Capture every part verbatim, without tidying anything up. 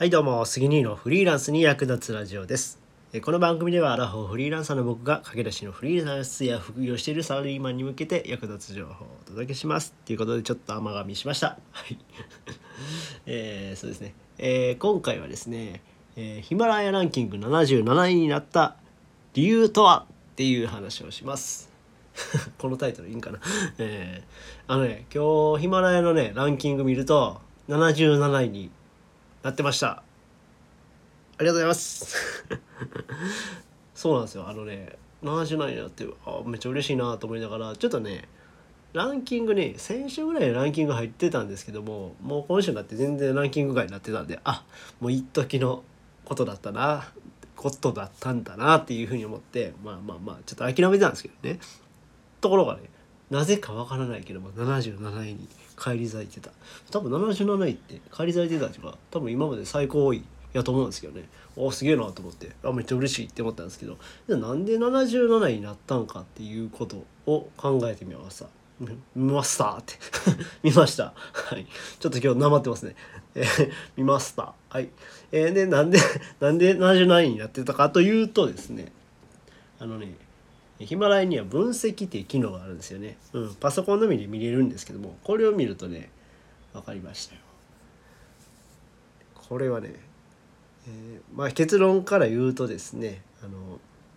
はいどうも、杉兄のフリーランスに役立つラジオです。この番組ではアラフォーフリーランサーの僕が駆け出しのフリーランスや副業しているサラリーマンに向けて役立つ情報をお届けしますということで、ちょっと甘噛みしました。はい、えー、そうですね、えー、今回はですね、えー、ヒマラヤランキングななじゅうなないになった理由とはっていう話をします。このタイトルいいんかな、えー、あのね今日ヒマラヤのねランキング見るとななじゅうなないになってました。ありがとうございますそうなんですよ。あのねななじゅうなないになってあめっちゃ嬉しいなと思いながら、ちょっとねランキングね先週ぐらいでランキング入ってたんですけども、もう今週になって全然ランキング外になってたんで、あもう一時のことだったなことだったんだなっていうふうに思って、まあまあまあちょっと諦めてたんですけどね。ところがね、なぜかわからないけどもななじゅうなないに返り咲いてた。多分ななじゅうなないって返り咲いてたっていうか、多分今まで最高多いやと思うんですけどね。おすげえなと思って、あめっちゃ嬉しいって思ったんですけど、じゃあなんでななじゅうなないになったんかっていうことを考えてみました。見ましたって見ました。はい。ちょっと今日なまってますね。えー、見ました。はい。えー、でなんでなんでななじゅうなないになってたかというとですね、あのね。ヒマラヤには分析っていう機能があるんですよね、うん、パソコンのみで見れるんですけども、これを見るとね分かりましたよ。これはね、えーまあ、結論から言うとですね、あの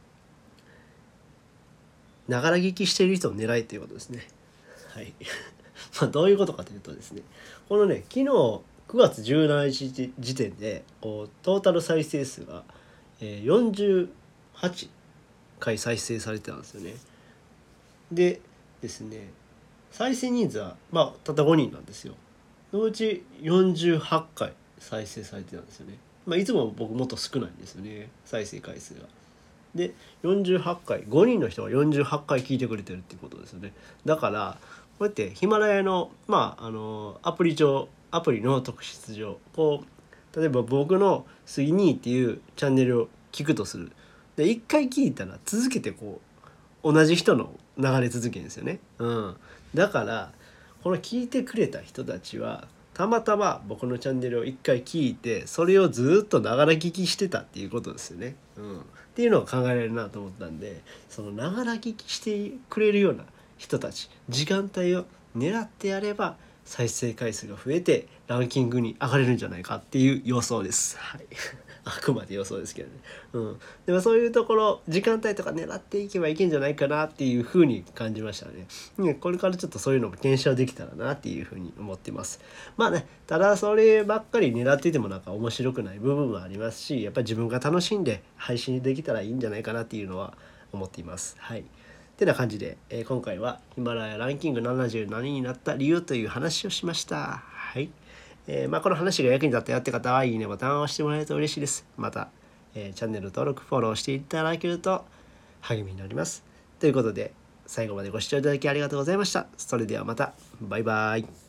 ながら聞きしている人を狙いということですね。はいまあどういうことかというとですね、このね昨日くがつじゅうしちにち時点でこうトータル再生数が、えー、よんじゅうはちかい再生されてたんですよね。でですね、再生人数はまあたったごにんなんですよ。そのうちよんじゅうはちかい再生されてたんですよね。まあいつも僕もっと少ないんですよね、再生回数が。でよんじゅうはちかい、ごにんの人がよんじゅうはちかい聞いてくれてるっていうことですよね。だからこうやってヒマラヤのまああのアプリ上アプリの特質上、こう例えば僕の杉兄っていうチャンネルを聞くとする。でいっかい聞いたら続けてこう同じ人の流れ続けるんですよね。うん、だからこの聞いてくれた人たちはたまたま僕のチャンネルを一回聞いて、それをずっとながら聞きしてたっていうことですよね。うん、っていうのを考えられるなと思ったんで、そのながら聞きしてくれるような人たち、時間帯を狙ってやれば再生回数が増えてランキングに上がれるんじゃないかっていう予想です。はい。あくまで予想ですけどね。うん。でもそういうところ時間帯とか狙っていけばいけんじゃないかなっていう風に感じましたね。ね、これからちょっとそういうのも検証できたらなっていう風に思ってます。まあね、ただそればっかり狙っていてもなんか面白くない部分もありますし、やっぱり自分が楽しんで配信できたらいいんじゃないかなっていうのは思っています。はい。てな感じで、えー、今回はヒマラヤランキングななじゅうななにになった理由という話をしました。はい。えーまあ、この話が役に立ったよって方はいいねボタンを押してもらえると嬉しいです。また、えーチャンネル登録フォローしていただけると励みになります。ということで最後までご視聴いただきありがとうございました。それではまた。バイバイ。